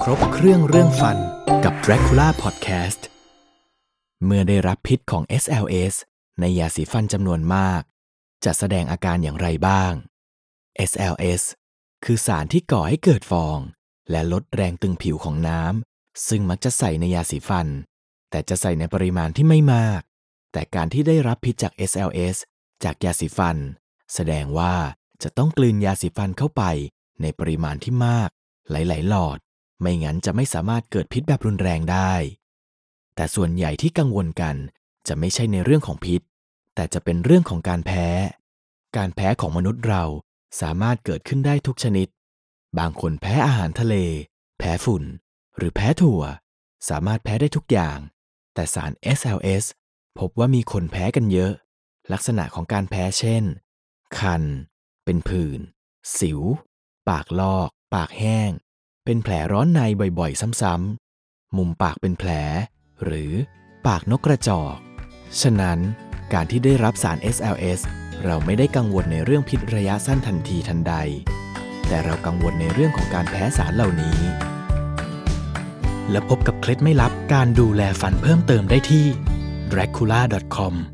ครบเครื่องฟันกับ Dracula Podcast เมื่อได้รับพิษของ SLS ในยาสีฟันจำนวนมากจะแสดงอาการอย่างไรบ้าง SLS คือสารที่ก่อให้เกิดฟองและลดแรงตึงผิวของน้ำซึ่งมักจะใส่ในยาสีฟันแต่จะใส่ในปริมาณที่ไม่มากแต่การที่ได้รับพิษจาก SLS จากยาสีฟันแสดงว่าจะต้องกลืนยาสีฟันเข้าไปในปริมาณที่มากหลายๆหลอดไม่งั้นจะไม่สามารถเกิดพิษแบบรุนแรงได้แต่ส่วนใหญ่ที่กังวลกันจะไม่ใช่ในเรื่องของพิษแต่จะเป็นเรื่องของการแพ้การแพ้ของมนุษย์เราสามารถเกิดขึ้นได้ทุกชนิดบางคนแพ้อาหารทะเลแพ้ฝุ่นหรือแพ้ถั่วสามารถแพ้ได้ทุกอย่างแต่สาร SLS พบว่ามีคนแพ้กันเยอะลักษณะของการแพ้เช่นคันเป็นผื่นสิวปากลอกปากแห้งเป็นแผลร้อนในบ่อยๆซ้ำๆมุมปากเป็นแผลหรือปากนกกระจอกฉะนั้นการที่ได้รับสาร SLS เราไม่ได้กังวลในเรื่องพิษระยะสั้นทันทีทันใดแต่เรากังวลในเรื่องของการแพ้สารเหล่านี้และพบกับเคล็ดไม่ลับการดูแลฟันเพิ่มเติมได้ที่ dracula.com